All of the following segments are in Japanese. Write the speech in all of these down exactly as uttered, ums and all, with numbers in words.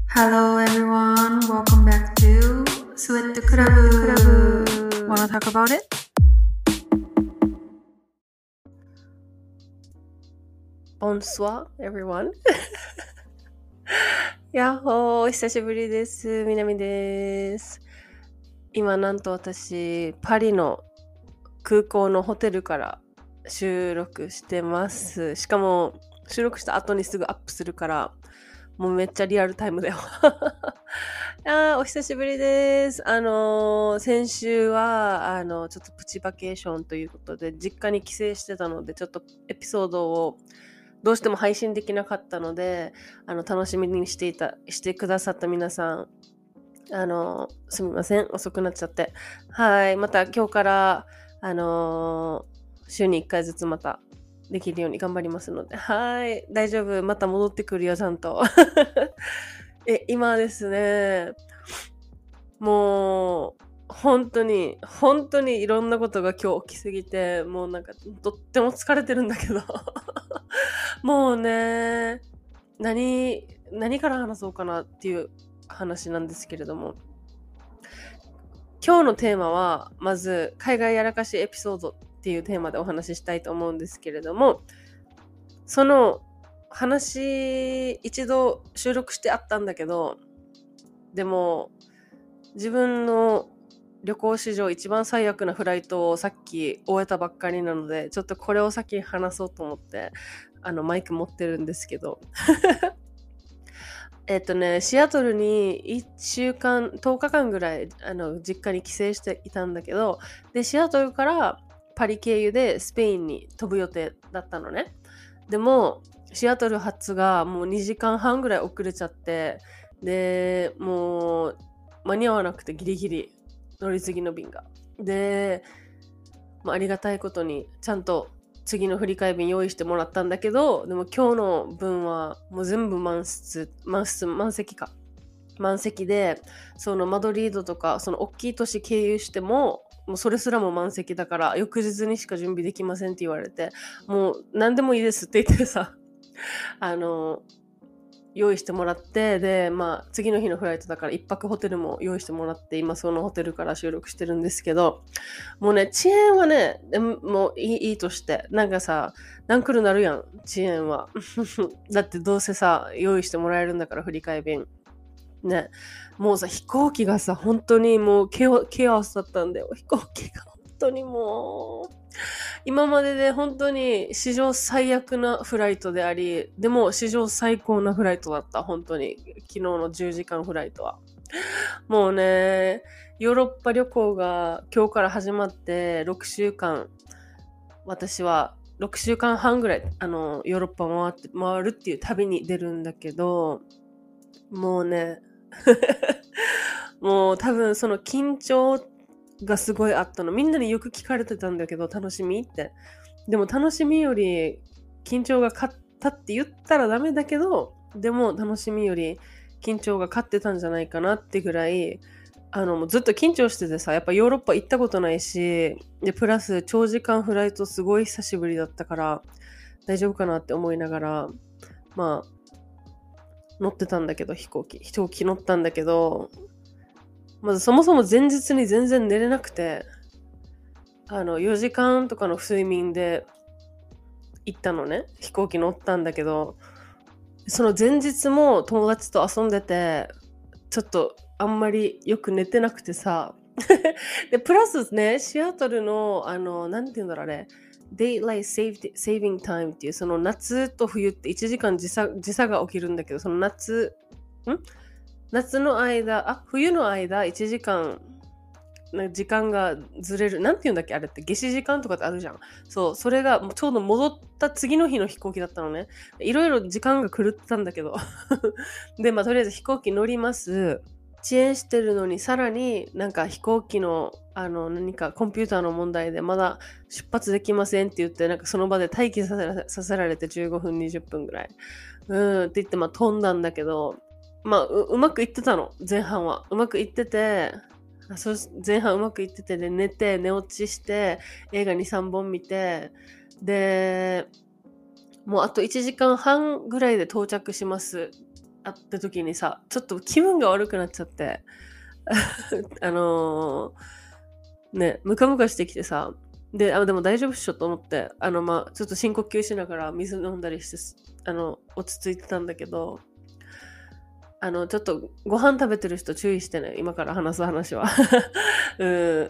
Hello everyone, welcome back to Sweat Club. Wanna talk about it? Bonsoir, everyone. やっほー、久しぶりです。みなみです。今なんと私、パリの空港のホテルから収録してます。しかも、収録した後にすぐアップするから、もうめっちゃリアルタイムだよ。あー、お久しぶりです。あのー、先週は、あの、ちょっとプチバケーションということで、実家に帰省してたので、ちょっとエピソードをどうしても配信できなかったので、あの、楽しみにしていた、してくださった皆さん、あの、すみません。遅くなっちゃって。はい。また今日から、あのー、週にいっかいずつまたできるように頑張りますので。はい。大丈夫。また戻ってくるよ、ちゃんと。え、今ですね、もう、本当に、本当にいろんなことが今日起きすぎて、もうなんか、とっても疲れてるんだけど。もうね、何、何から話そうかなっていう話なんですけれども。今日のテーマは、まず、海外やらかしエピソードっていうテーマでお話ししたいと思うんですけれども、その話、一度収録してあったんだけど、でも、自分の旅行史上一番最悪なフライトをさっき終えたばっかりなので、ちょっとこれを先に話そうと思って、あの、マイク持ってるんですけど。えっとね、シアトルにいっしゅうかん、とおかかんぐらい、あの、実家に帰省していたんだけど、で、シアトルからパリ経由でスペインに飛ぶ予定だったのね。でも、シアトル発がもうにじかんはんぐらい遅れちゃって、で、もう、間に合わなくてギリギリ乗り継ぎの便が。で、まあ、ありがたいことにちゃんと次の振り替え便用意してもらったんだけど、でも今日の分はもう全部満室、満室、満席か。満席で、そのマドリードとか、その大きい都市経由しても、もうそれすらも満席だから、翌日にしか準備できませんって言われて、もう何でもいいですって言ってさ、あの、用意してもらって、で、まあ、次の日のフライトだから一泊ホテルも用意してもらって、今そのホテルから収録してるんですけど、もうね、遅延はね、でももういい、いいとして、なんかさ、何クルなるやん、遅延は。だってどうせさ、用意してもらえるんだから、振り替え便。ね、もうさ、飛行機がさ、本当にもうケオ、ケオスだったんだよ。飛行機が本当にもう、今までで本当に史上最悪なフライトであり、でも史上最高なフライトだった。本当に。昨日のじゅうじかんフライトは。もうね、ヨーロッパ旅行が今日から始まってろくしゅうかん、私はろくしゅうかんはんぐらい、あの、ヨーロッパ回って、回るっていう旅に出るんだけど、もうね、もう多分その緊張がすごいあったの。みんなによく聞かれてたんだけど、楽しみって。でも楽しみより緊張が勝ったって言ったらダメだけど、でも楽しみより緊張が勝ってたんじゃないかなってぐらい、あの、もうずっと緊張しててさ、やっぱヨーロッパ行ったことないし、で、プラス長時間フライトすごい久しぶりだったから、大丈夫かなって思いながら、まあ、乗ってたんだけど、飛行機。飛行機乗ったんだけど、まずそもそも前日に全然寝れなくて、あの、よじかんとかの睡眠で行ったのね。飛行機乗ったんだけど、その前日も友達と遊んでて、ちょっとあんまりよく寝てなくてさ。で、プラスね、シアトルの、あの、なんて言うんだろうあれ、Daylight Saving Time っていう、その夏と冬っていちじかん時差、時差が起きるんだけど、その夏、ん夏の間、あ、冬の間いちじかん、時間がずれる。なんて言うんだっけあれって。夏至時間とかってあるじゃん。そう、それがちょうど戻った次の日の飛行機だったのね。いろいろ時間が狂ってたんだけど。で、まあとりあえず飛行機乗ります。遅延してるのにさらになんか飛行機のあの何かコンピューターの問題でまだ出発できませんって言って、なんかその場で待機させらさせられてじゅうごふんにじゅっぷんぐらい。うーんって言ってまあ飛んだんだけど、まあう、うまくいってたの。前半は。うまくいってて、あそう前半うまくいっててで、寝て、寝落ちして、映画に、さんぼん見て、で、もうあといちじかんはんぐらいで到着します。 会った時にさ、ちょっと気分が悪くなっちゃって、あのー、ね、ムカムカしてきてさ、で、あ、でも大丈夫っしょと思って、あの、まあ、ちょっと深呼吸しながら水飲んだりして、あの、落ち着いてたんだけど、あの、ちょっとご飯食べてる人注意してね、今から話す話は。うん、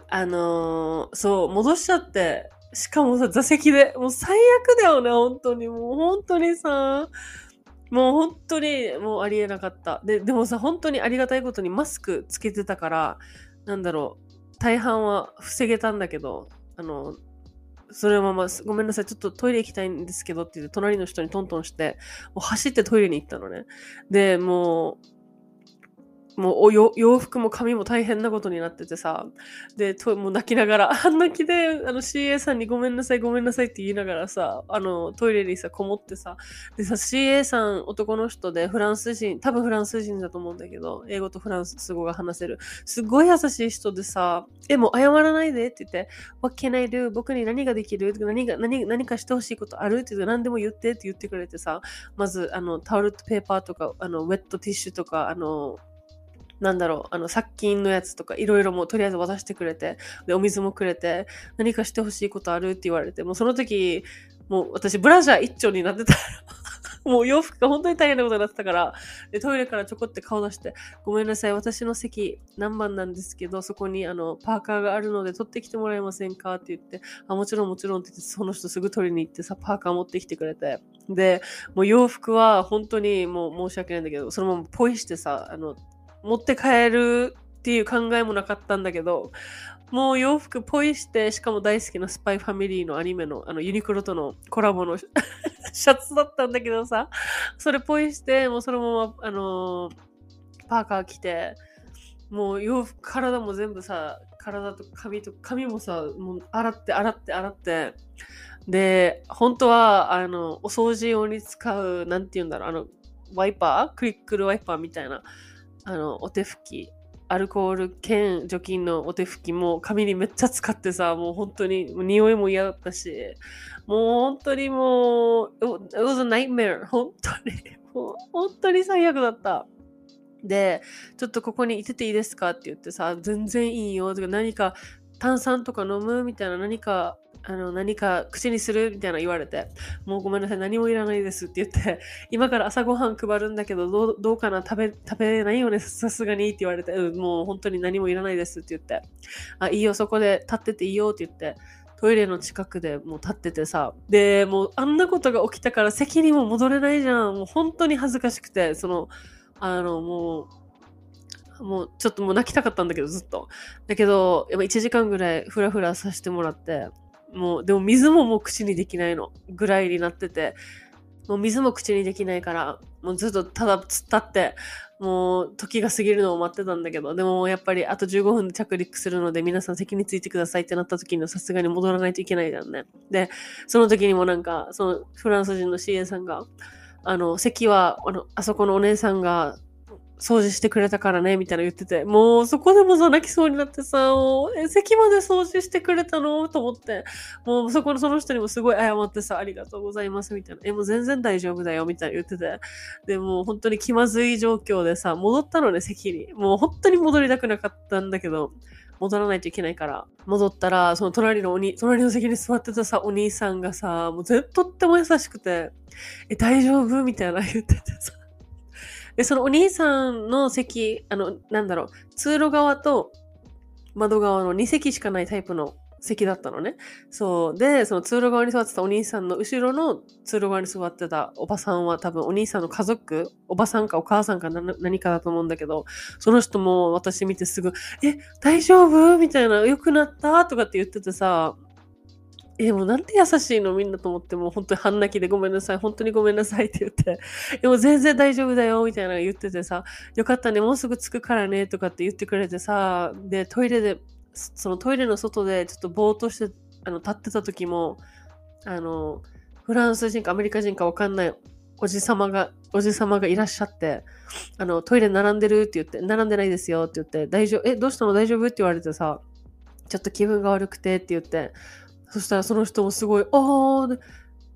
あのー、そう、戻しちゃって、しかもさ、座席で、もう最悪だよね、本当に。もう本当にさ、もう本当にもうありえなかった。で、でもさ、本当にありがたいことにマスクつけてたから、なんだろう、大半は防げたんだけど、あの、それまま、ごめんなさい、ちょっとトイレ行きたいんですけどって言って、隣の人にトントンして、もう走ってトイレに行ったのね。で、もう、もうおよ洋服も髪も大変なことになっててさ、で、ともう泣きながら、泣きで、あの シーエー さんにごめんなさい、ごめんなさいって言いながらさ、あの、トイレにさ、こもってさ、でさ、シーエー さん男の人でフランス人、多分フランス人だと思うんだけど、英語とフランス語が話せる。すごい優しい人でさ、え、もう謝らないでって言って、What can I do? 僕に何ができる何が、何、何かしてほしいことあるって言って、何でも言ってって言ってくれてさ、まず、あの、タオルとペーパーとか、あの、ウェットティッシュとか、あの、なんだろう、あの、殺菌のやつとか、いろいろもうとりあえず渡してくれて、で、お水もくれて、何かしてほしいことあるって言われて、もうその時、もう私、ブラジャー一丁になってた。もう洋服が本当に大変なことになってたから、で、トイレからちょこって顔出して、ごめんなさい、私の席何番なんですけど、そこにあの、パーカーがあるので取ってきてもらえませんかって言って、あ、もちろんもちろんって言って、その人すぐ取りに行ってさ、パーカー持ってきてくれて、で、もう洋服は本当にもう申し訳ないんだけど、そのままポイしてさ、あの、持って帰るっていう考えもなかったんだけど、もう洋服ポイして、しかも大好きなスパイファミリーのアニメのあのユニクロとのコラボのシャツだったんだけどさ、それポイして、もうそのまま、あのーパーカー着て、もう洋服、体も全部さ、体と髪と髪もさ、もう洗って洗って洗って、で、本当は、あの、お掃除用に使う、なんて言うんだろう、あの、ワイパークリックルワイパーみたいな、あの、お手拭き、アルコール兼除菌のお手拭きも髪にめっちゃ使ってさ、もう本当にもう匂いも嫌だったし、もう本当にもう、it was a nightmare. 本当に、もう本当に最悪だった。で、ちょっとここにいてていいですかって言ってさ、全然いいよとか、何か炭酸とか飲むみたいな、何か、あの、何か口にするみたいな言われて、もうごめんなさい、何もいらないですって言って、今から朝ごはん配るんだけど、どう、どうかな食べ、食べれないよね、さすがにって言われて、うん、もう本当に何もいらないですって言って、あ、いいよ、そこで立ってていいよって言って、トイレの近くでもう立っててさ、で、もうあんなことが起きたから席にも戻れないじゃん。もう本当に恥ずかしくて、その、あの、もう、もうちょっともう泣きたかったんだけど、ずっと。だけど、やっぱいちじかんぐらいフラフラさせてもらって、もう、でも水ももう口にできないのぐらいになってて、もう水も口にできないから、もうずっとただ突っ立って、もう時が過ぎるのを待ってたんだけど、でもやっぱりあとじゅうごふんで着陸するので皆さん席についてくださいってなった時にはさすがに戻らないといけないじゃんね。で、その時にもなんか、そのフランス人の シーエー さんが、あの、席は、あの、あそこのお姉さんが掃除してくれたからね、みたいな言ってて、もうそこでもさ、泣きそうになってさ、もう、え、席まで掃除してくれたのと思って、もうそこのその人にもすごい謝ってさ、ありがとうございます、みたいな。え、もう全然大丈夫だよ、みたいな言ってて。で、もう本当に気まずい状況でさ、戻ったのね、席に。もう本当に戻りたくなかったんだけど、戻らないといけないから。戻ったら、その隣のおに、隣の席に座ってたさ、お兄さんがさ、もうぜとっても優しくて、え、大丈夫みたいな言っててさ。で、そのお兄さんの席、あの、なんだろう、通路側と窓側のに席しかないタイプの席だったのね。そう。で、その通路側に座ってたお兄さんの後ろの通路側に座ってたおばさんは多分お兄さんの家族、おばさんかお母さんかな何かだと思うんだけど、その人も私見てすぐ、え、大丈夫みたいな、良くなったとかって言っててさ、え、もうなんて優しいのみんなと思って、もう本当に半泣きでごめんなさい、本当にごめんなさいって言って、でも全然大丈夫だよ、みたいなの言っててさ、よかったね、もうすぐ着くからね、とかって言ってくれてさ、で、トイレで、そのトイレの外でちょっとぼーっとして、あの、立ってた時も、あの、フランス人かアメリカ人かわかんないおじさまが、おじさまがいらっしゃって、あの、トイレ並んでるって言って、並んでないですよって言って、大丈夫、え、どうしたの大丈夫って言われてさ、ちょっと気分が悪くてって言って、そしたらその人もすごい、おー、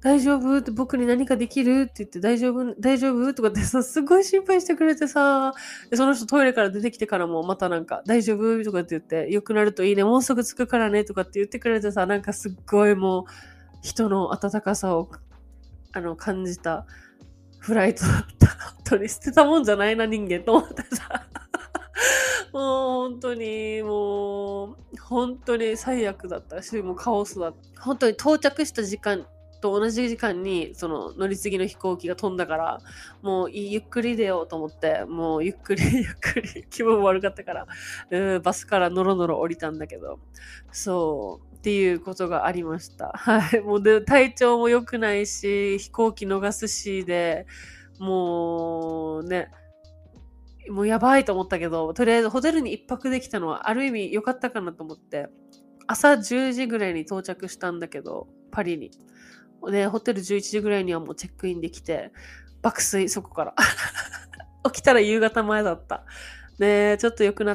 大丈夫って僕に何かできるって言って大丈夫大丈夫とかってさ、すごい心配してくれてさ、でその人トイレから出てきてからもまたなんか大丈夫とかって言って、良くなるといいね、もうすぐ着くからねとかって言ってくれてさ、なんかすっごいもう人の温かさをあの感じたフライトだった。本当に捨てたもんじゃないな人間と思ってさ。もう本当にもう本当に最悪だったし、もうカオスだった。本当に到着した時間と同じ時間にその乗り継ぎの飛行機が飛んだから、もうゆっくり出ようと思って、もうゆっくりゆっくり気分悪かったから、うん、バスからノロノロ降りたんだけど、そうっていうことがありました。はい、もうで体調も良くないし、飛行機逃すしで、もうね。もうやばいと思ったけど、とりあえずホテルに一泊できたのはある意味良かったかなと思って、朝じゅうじぐらいに到着したんだけど、パリに。で、ホテルじゅういちじぐらいにはもうチェックインできて、爆睡、そこから。起きたら夕方前だった。で、ちょっと良くなって、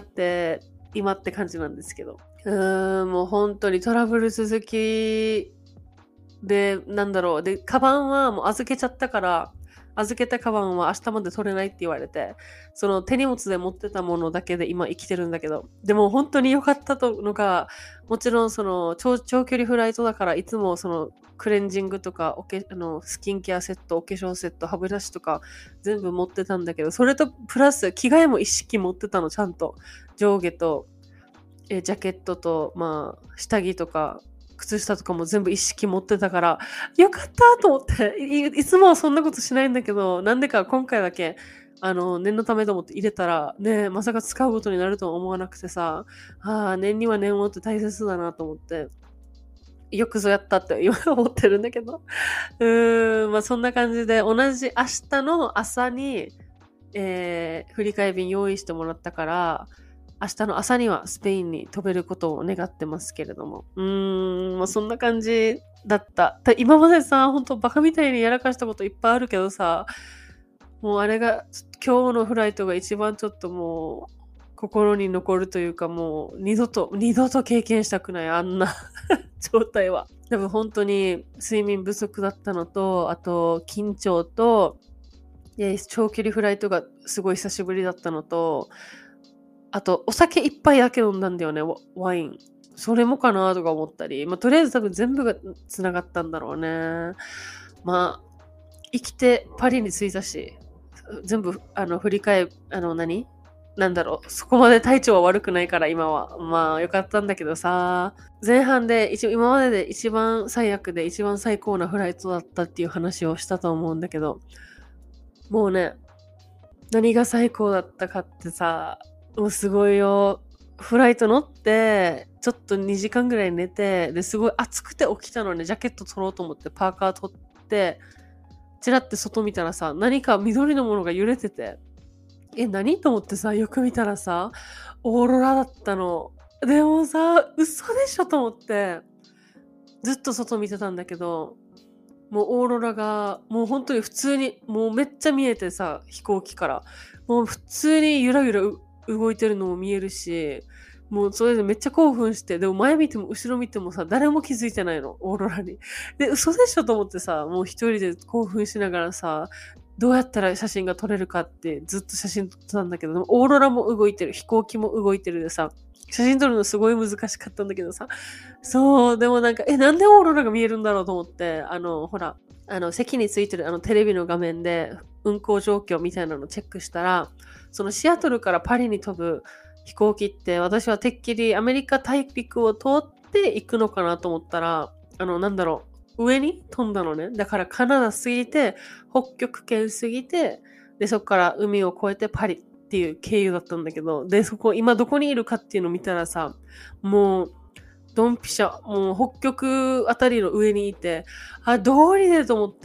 今って感じなんですけど。うーん、もう本当にトラブル続きで、なんだろう。で、カバンはもう預けちゃったから、預けたカバンは明日まで取れないって言われて、その手荷物で持ってたものだけで今生きてるんだけど、でも本当に良かったとのが、もちろんその 長, 長距離フライトだからいつもそのクレンジングとかおけあのスキンケアセット、お化粧セット、歯ブラシとか全部持ってたんだけど、それとプラス着替えも一式持ってたの、ちゃんと。上下と、えジャケットと、まあ、下着とか、靴下とかも全部一式持ってたから、よかったと思ってい、いつもはそんなことしないんだけど、なんでか今回だけ、あの、念のためと思って入れたら、ね、まさか使うことになるとは思わなくてさ、ああ、念には念をって大切だなと思って、よくぞやったって今思ってるんだけど。うーん、まあそんな感じで、同じ明日の朝に、えー、振り替え便用意してもらったから、明日の朝にはスペインに飛べることを願ってますけれども。うーん、まあ、そんな感じだった。今までさ、ほんとバカみたいにやらかしたこといっぱいあるけどさ、もうあれが、今日のフライトが一番ちょっともう、心に残るというかもう、二度と、二度と経験したくない、あんな状態は。多分本当に睡眠不足だったのと、あと緊張と、長距離フライトがすごい久しぶりだったのと、あと、お酒いっぱいだけ飲んだんだよね、ワイン。それもかなとか思ったり。まあ、とりあえず多分全部が繋がったんだろうね。まあ、生きてパリに着いたし、全部、あの、振り返、あの何、なんだろう。そこまで体調は悪くないから、今は。まあ、よかったんだけどさ、前半で、一今までで一番最悪で一番最高なフライトだったっていう話をしたと思うんだけど、もうね、何が最高だったかってさ、もうすごいよ。フライト乗って、ちょっとにじかんぐらい寝て、で、すごい暑くて起きたのね、ジャケット取ろうと思ってパーカー取って、チラって外見たらさ、何か緑のものが揺れてて、え、何と思ってさ、よく見たらさ、オーロラだったの。でもさ、嘘でしょと思って、ずっと外見てたんだけど、もうオーロラが、もう本当に普通に、もうめっちゃ見えてさ、飛行機から。もう普通にゆらゆら動いてるのも見えるし、もうそれでめっちゃ興奮して、でも前見ても後ろ見てもさ、誰も気づいてないの、オーロラに。で、嘘でしょと思ってさ、もう一人で興奮しながらさ、どうやったら写真が撮れるかってずっと写真撮ってたんだけど、オーロラも動いてる、飛行機も動いてるでさ、写真撮るのすごい難しかったんだけどさ、そう、でもなんか、え、なんでオーロラが見えるんだろうと思って、あの、ほら、あの、席についてるあのテレビの画面で運行状況みたいなのチェックしたら、そのシアトルからパリに飛ぶ飛行機って私はてっきりアメリカ大陸を通って行くのかなと思ったら、あの、なんだろう、上に飛んだのね。だからカナダ過ぎて、北極圏過ぎて、で、そこから海を越えてパリっていう経由だったんだけど、で、そこ、今どこにいるかっていうのを見たらさ、もう、ドンピシャ、もう北極あたりの上にいて、あ、道理でと思って、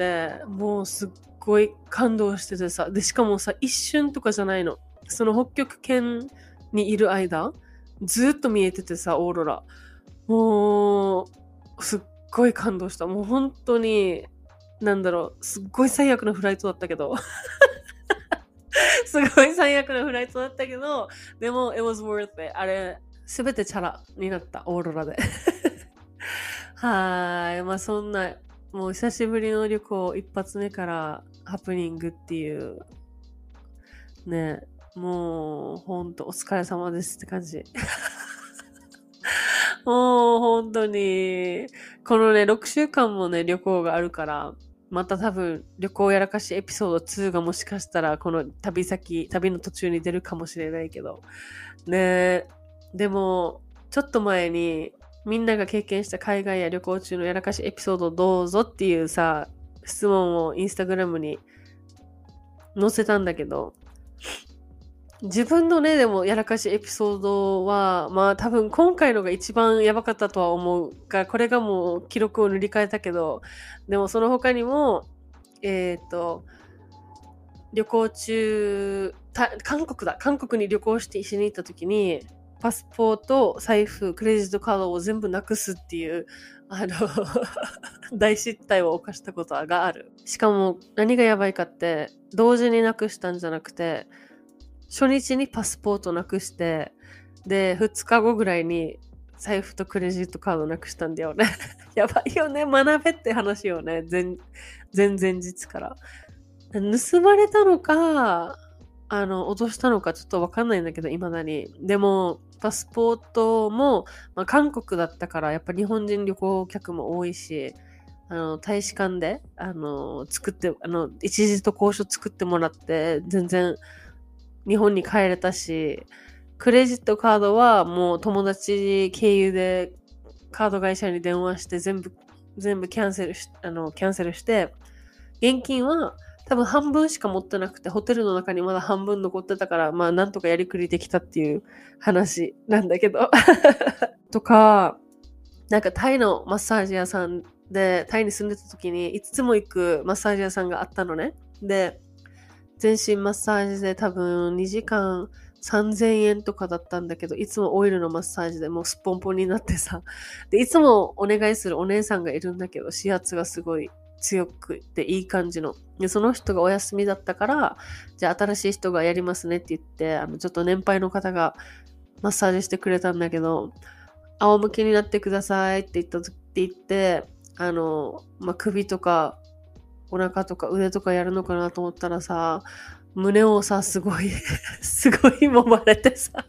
もうすっごい感動しててさ、で、しかもさ、一瞬とかじゃないの。その北極圏にいる間、ずっと見えててさ、オーロラ。もう、すっごい感動した。もう本当に、なんだろう、すっごい最悪なフライトだったけど。すごい最悪なフライトだったけど、でも、it was worth it. あれ、すべてチャラになった、オーロラで。はーい。まあそんなもう久しぶりの旅行一発目からハプニングっていう。ね、もうほんとお疲れ様ですって感じ。もう本当に、このね、ろくしゅうかんもね、旅行があるから、また多分旅行やらかしエピソードにがもしかしたらこの旅先、旅の途中に出るかもしれないけど。ね、でも、ちょっと前にみんなが経験した海外や旅行中のやらかしエピソードどうぞっていうさ、質問をインスタグラムに載せたんだけど、自分のね、でもやらかしエピソードは、まあ多分今回のが一番やばかったとは思うが、これがもう記録を塗り替えたけど、でもその他にも、えっと、旅行中、韓国だ、韓国に旅行して一緒に行った時に、パスポート、財布、クレジットカードを全部なくすっていう、あの、大失態を犯したことがある。しかも何がやばいかって、同時になくしたんじゃなくて、初日にパスポートなくして、で、ふつかごぐらいに財布とクレジットカードなくしたんだよね。やばいよね。学べって話よね。前、前々日から。盗まれたのか、あの、脅したのかちょっとわかんないんだけど、未だに。でも、パスポートも、まあ、韓国だったから、やっぱ日本人旅行客も多いし、あの、大使館で、あの、作って、あの、一時と交渉作ってもらって、全然、日本に帰れたし、クレジットカードはもう友達経由でカード会社に電話して全部、全部キャンセルし、あの、キャンセルして、現金は多分半分しか持ってなくて、ホテルの中にまだ半分残ってたから、まあなんとかやりくりできたっていう話なんだけど。とか、なんかタイのマッサージ屋さんで、タイに住んでた時にいつつも行くマッサージ屋さんがあったのね。で、全身マッサージで多分にじかんさんぜんえんとかだったんだけど、いつもオイルのマッサージでもうスポンポンになってさ。で、いつもお願いするお姉さんがいるんだけど、指圧がすごい強くていい感じの。で、その人がお休みだったから、じゃあ新しい人がやりますねって言って、あの、ちょっと年配の方がマッサージしてくれたんだけど、仰向けになってくださいって言ったって言って、あの、まあ、首とか、お腹とか腕とかやるのかなと思ったらさ、胸をさ、すごい、すごい揉まれてさ。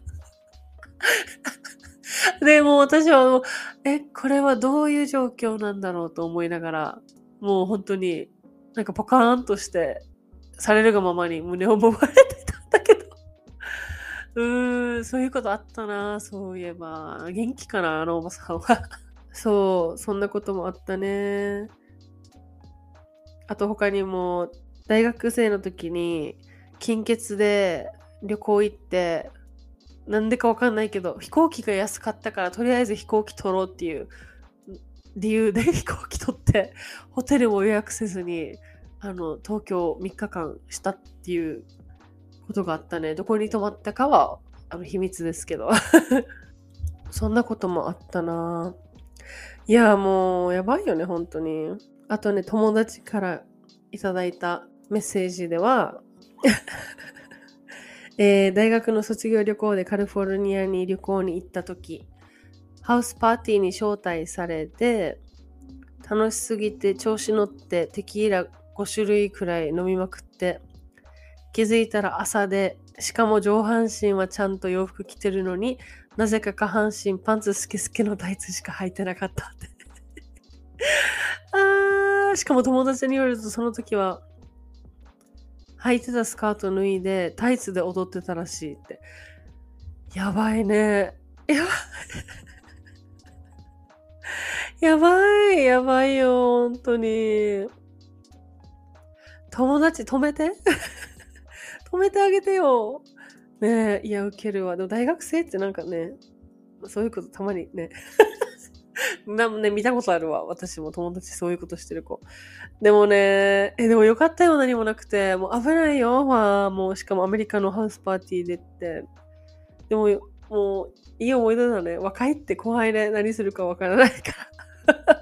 で、もう私はもう、え、これはどういう状況なんだろうと思いながら、もう本当に、なんかポカーンとして、されるがままに胸を揉まれてたんだけど。うーん、そういうことあったな、そういえば。元気かな、あのおばさんは。そう、そんなこともあったね。あと他にも、大学生の時に、金欠で旅行行って、なんでかわかんないけど、飛行機が安かったから、とりあえず飛行機取ろうっていう理由で飛行機取って、ホテルも予約せずに、あの、東京みっかかんしたっていうことがあったね。どこに泊まったかは、あの、秘密ですけど。そんなこともあったな。いや、もう、やばいよね、本当に。あとね、友達からいただいたメッセージでは、えー、大学の卒業旅行でカリフォルニアに旅行に行った時、ハウスパーティーに招待されて、楽しすぎて調子乗ってテキーラごしゅるいくらい飲みまくって、気づいたら朝で、しかも上半身はちゃんと洋服着てるのに、なぜか下半身パンツスケスケのタイツしか履いてなかったって。あー、しかも友達によるとその時は、履いてたスカート脱いでタイツで踊ってたらしいって。やばいね。やばい。やばい。やばいよ。本当に。友達止めて。止めてあげてよ。ねえ、いや、ウケるわ。でも大学生ってなんかね、そういうことたまにね。なね、見たことあるわ。私も友達そういうことしてる子。でもね、え、でもよかったよ、何もなくて。もう危ないよ、はもう、しかもアメリカのハウスパーティーでって。でも、もう、いい思い出だね。若いって怖いね。何するかわからないから。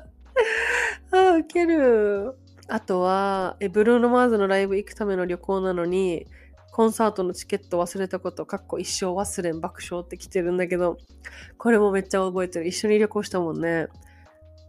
あー、ウケる。あとは、え、ブルーノマーズのライブ行くための旅行なのに、コンサートのチケット忘れたこと、かっこ一生忘れん爆笑って来てるんだけど、これもめっちゃ覚えてる。一緒に旅行したもんね。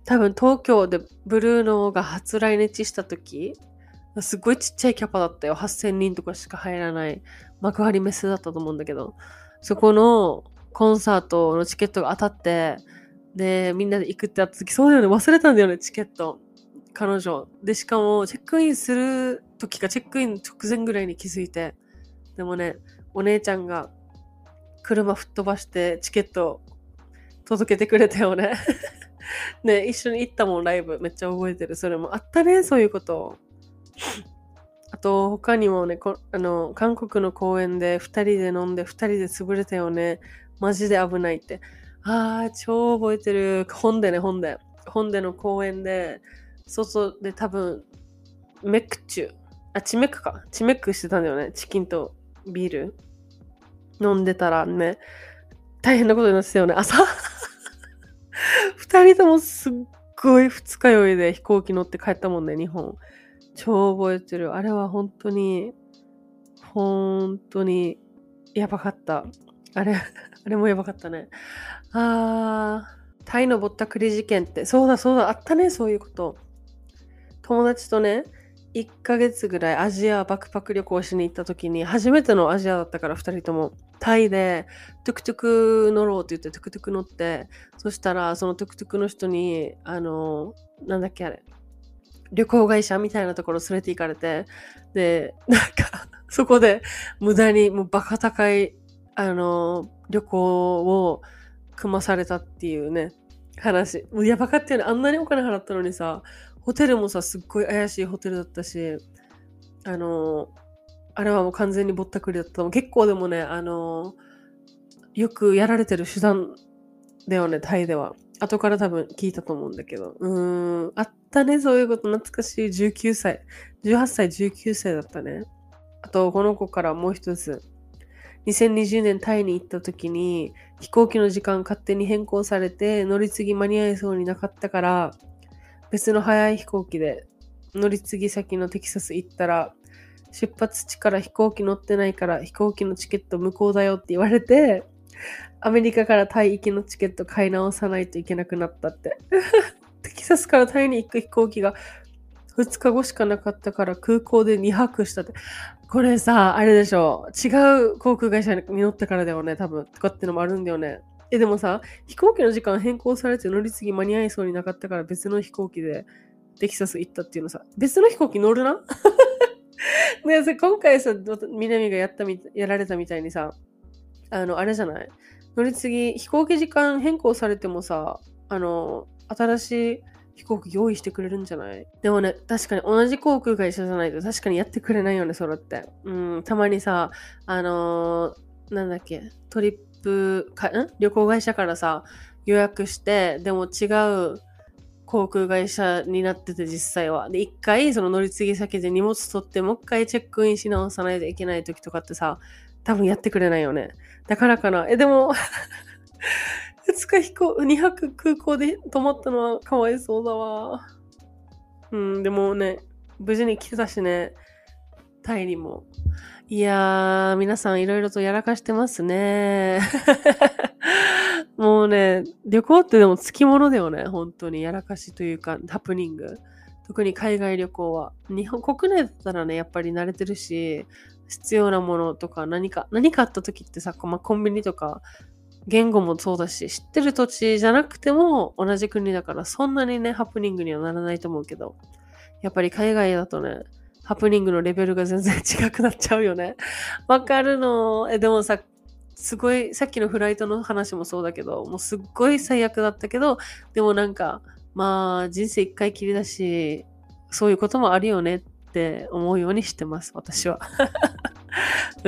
多分東京でブルーノが初来日した時、すごいちっちゃいキャパだったよ。はっせんにんとかしか入らない幕張メッセだったと思うんだけど、そこのコンサートのチケットが当たって、で、みんなで行くってやった時、そうだよね、忘れたんだよね、チケット。彼女。で、しかも、チェックインする時か、チェックイン直前ぐらいに気づいて、でもね、お姉ちゃんが車吹っ飛ばしてチケット届けてくれたよね。ね、一緒に行ったもん、ライブ。めっちゃ覚えてる。それもあったね、そういうこと。あと、他にもね、こあの、韓国の公園で二人で飲んで二人で潰れたよね。マジで危ないって。あー、超覚えてる。本でね、本で。本での公園で、外で多分、メックチュ。あ、チメックか。チメックしてたんだよね。チキンとビール。飲んでたらね、大変なことになってたよね。朝二人ともすっごい二日酔いで飛行機乗って帰ったもんね、日本。超覚えてる。あれは本当に、本当にやばかった。あれ、あれもやばかったね。あー、タイのぼったくり事件って、そうだそうだ、あったね、そういうこと。友達とね、いっかげつぐらいアジアバックパック旅行しに行った時に、初めてのアジアだったからふたりとも、タイでトゥクトゥク乗ろうって言ってトゥクトゥク乗って、そしたらそのトゥクトゥクの人に、あの、なんだっけあれ、旅行会社みたいなところ連れて行かれて、で、なんか、そこで無駄にもうバカ高い、あの、旅行を組まされたっていうね、話。もうやばかったよね。あんなにお金払ったのにさ、ホテルもさ、すっごい怪しいホテルだったし、あの、あれはもう完全にぼったくりだった。結構でもね、あの、よくやられてる手段だよね、タイでは。後から多分聞いたと思うんだけど。うーん、あったね、そういうこと。懐かしい。じゅうきゅうさい。じゅうはっさい、じゅうきゅうさいだったね。あと、この子からもう一つ。にせんにじゅうねんタイに行った時に、飛行機の時間勝手に変更されて、乗り継ぎ間に合いそうになかったから、別の早い飛行機で乗り継ぎ先のテキサス行ったら、出発地から飛行機乗ってないから飛行機のチケット無効だよって言われて、アメリカからタイ行きのチケット買い直さないといけなくなったって。テキサスからタイに行く飛行機がふつかごしかなかったから空港でにはくしたって。これさ、あれでしょ。違う航空会社に乗ったからだよね、多分。とかってのもあるんだよね。え、でもさ、飛行機の時間変更されて乗り継ぎ間に合いそうになかったから別の飛行機でテキサス行ったっていうのさ、別の飛行機乗るなねさ、今回さ、南がやったみ、やられたみたいにさ、あの、あれじゃない乗り継ぎ、飛行機時間変更されてもさ、あの、新しい飛行機用意してくれるんじゃない？でもね、確かに同じ航空会社じゃないと確かにやってくれないよね、それって。うん、たまにさ、あのー、なんだっけ、トリップか、ん旅行会社からさ、予約して、でも違う航空会社になってて実際は。で、一回その乗り継ぎ先で荷物取って、もう一回チェックインし直さないといけない時とかってさ、多分やってくれないよね。だからかな。え、でも、ふつか飛行、にはく空港で泊まったのはかわいそうだわ。うん、でもね、無事に来てたしね、タイにも。いやー、皆さんいろいろとやらかしてますね。もうね、旅行ってでもつきものだよね、本当に。やらかしというか、ハプニング。特に海外旅行は。日本、国内だったらね、やっぱり慣れてるし、必要なものとか何か、何かあった時ってさ、まあ、コンビニとか、言語もそうだし、知ってる土地じゃなくても同じ国だからそんなにね、ハプニングにはならないと思うけど、やっぱり海外だとね、ハプニングのレベルが全然違くなっちゃうよね。わかるの。え、でもさ、すごい、さっきのフライトの話もそうだけど、もうすっごい最悪だったけど、でもなんか、まあ、人生一回きりだし、そういうこともあるよねって思うようにしてます、私は。うん。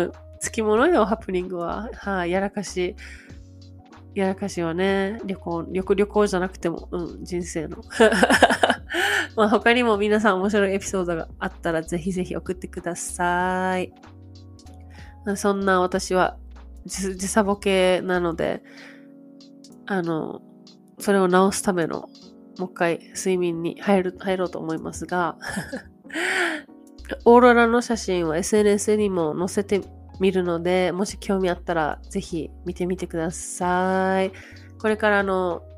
つきものよ、ハプニングは。はい、やらかし。やらかしはね、旅行、旅行、旅行じゃなくても、うん、人生の。まあ他にも皆さん面白いエピソードがあったらぜひぜひ送ってください。そんな私は時差ボケなので、あの、それを直すための、もう一回睡眠に入る、入ろうと思いますが、オーロラの写真は エスエヌエス にも載せてみるので、もし興味あったらぜひ見てみてください。これからの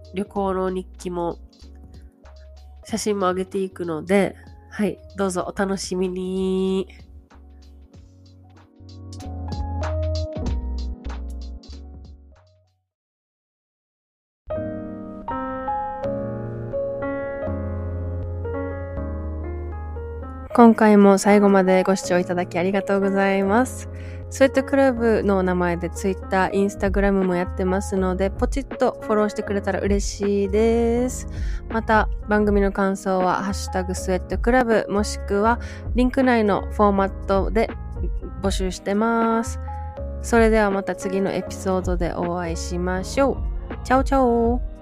旅行の日記も写真も上げていくので、はい、どうぞお楽しみに。今回も最後までご視聴いただきありがとうございます。スウェットクラブの名前で Twitter、Instagram もやってますので、ポチッとフォローしてくれたら嬉しいです。また、番組の感想はハッシュタグスウェットクラブもしくはリンク内のフォーマットで募集してます。それではまた次のエピソードでお会いしましょう。チャオチャオ。